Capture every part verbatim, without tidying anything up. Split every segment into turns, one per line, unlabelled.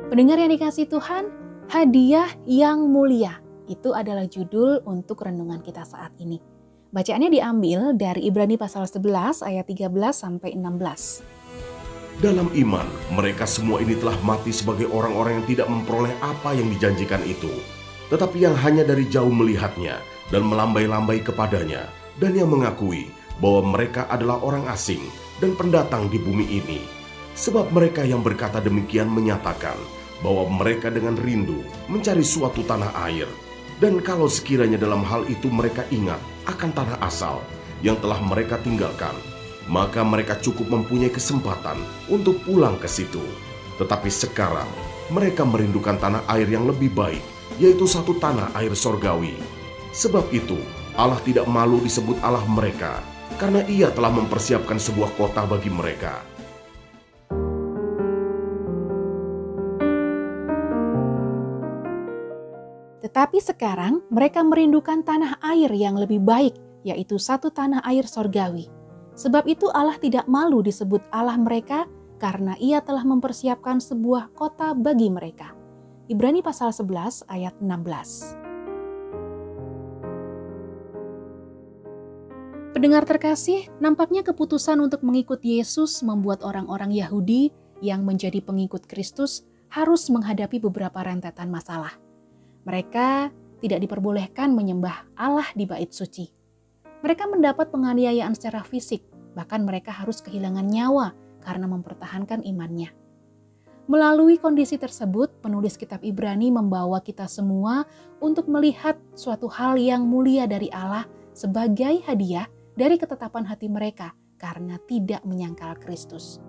Pendengar yang dikasihi Tuhan, hadiah yang mulia. Itu adalah judul untuk renungan kita saat ini. Bacaannya diambil dari Ibrani pasal sebelas ayat tiga belas sampai enam belas.
Dalam iman, mereka semua ini telah mati sebagai orang-orang yang tidak memperoleh apa yang dijanjikan itu, tetapi yang hanya dari jauh melihatnya dan melambai-lambai kepadanya, dan yang mengakui bahwa mereka adalah orang asing dan pendatang di bumi ini. Sebab mereka yang berkata demikian menyatakan bahwa mereka dengan rindu mencari suatu tanah air. Dan kalau sekiranya dalam hal itu mereka ingat akan tanah asal yang telah mereka tinggalkan, maka mereka cukup mempunyai kesempatan untuk pulang ke situ. Tetapi sekarang mereka merindukan tanah air yang lebih baik, yaitu satu tanah air sorgawi. Sebab itu Allah tidak malu disebut Allah mereka, karena Ia telah mempersiapkan sebuah kota bagi mereka.
Tetapi sekarang mereka merindukan tanah air yang lebih baik, yaitu satu tanah air sorgawi. Sebab itu Allah tidak malu disebut Allah mereka, karena Ia telah mempersiapkan sebuah kota bagi mereka. Ibrani pasal sebelas ayat enam belas. Pendengar terkasih, nampaknya keputusan untuk mengikut Yesus membuat orang-orang Yahudi yang menjadi pengikut Kristus harus menghadapi beberapa rentetan masalah. Mereka tidak diperbolehkan menyembah Allah di bait suci. Mereka mendapat penganiayaan secara fisik, bahkan mereka harus kehilangan nyawa karena mempertahankan imannya. Melalui kondisi tersebut, penulis kitab Ibrani membawa kita semua untuk melihat suatu hal yang mulia dari Allah sebagai hadiah dari ketetapan hati mereka karena tidak menyangkal Kristus.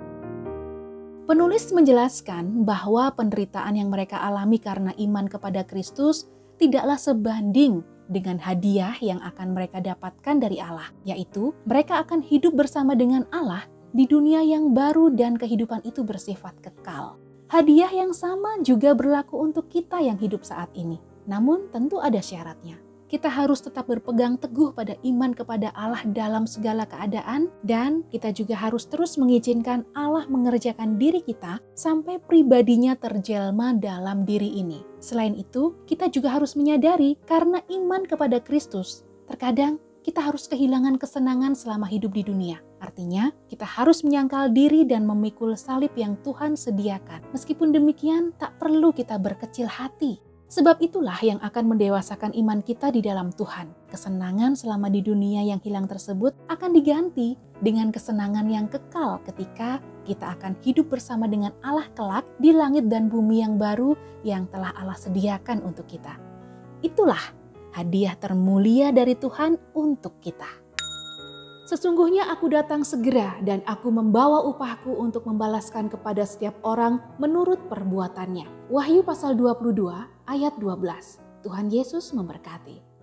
Penulis menjelaskan bahwa penderitaan yang mereka alami karena iman kepada Kristus tidaklah sebanding dengan hadiah yang akan mereka dapatkan dari Allah, yaitu mereka akan hidup bersama dengan Allah di dunia yang baru dan kehidupan itu bersifat kekal. Hadiah yang sama juga berlaku untuk kita yang hidup saat ini. Namun tentu ada syaratnya. Kita harus tetap berpegang teguh pada iman kepada Allah dalam segala keadaan, dan kita juga harus terus mengizinkan Allah mengerjakan diri kita sampai pribadinya terjelma dalam diri ini. Selain itu, kita juga harus menyadari karena iman kepada Kristus, terkadang kita harus kehilangan kesenangan selama hidup di dunia. Artinya, kita harus menyangkal diri dan memikul salib yang Tuhan sediakan. Meskipun demikian, tak perlu kita berkecil hati. Sebab itulah yang akan mendewasakan iman kita di dalam Tuhan. Kesenangan selama di dunia yang hilang tersebut akan diganti dengan kesenangan yang kekal ketika kita akan hidup bersama dengan Allah kelak di langit dan bumi yang baru yang telah Allah sediakan untuk kita. Itulah hadiah termulia dari Tuhan untuk kita. Sesungguhnya aku datang segera dan aku membawa upahku untuk membalaskan kepada setiap orang menurut perbuatannya. Wahyu pasal dua puluh dua ayat dua belas. Tuhan Yesus memberkati.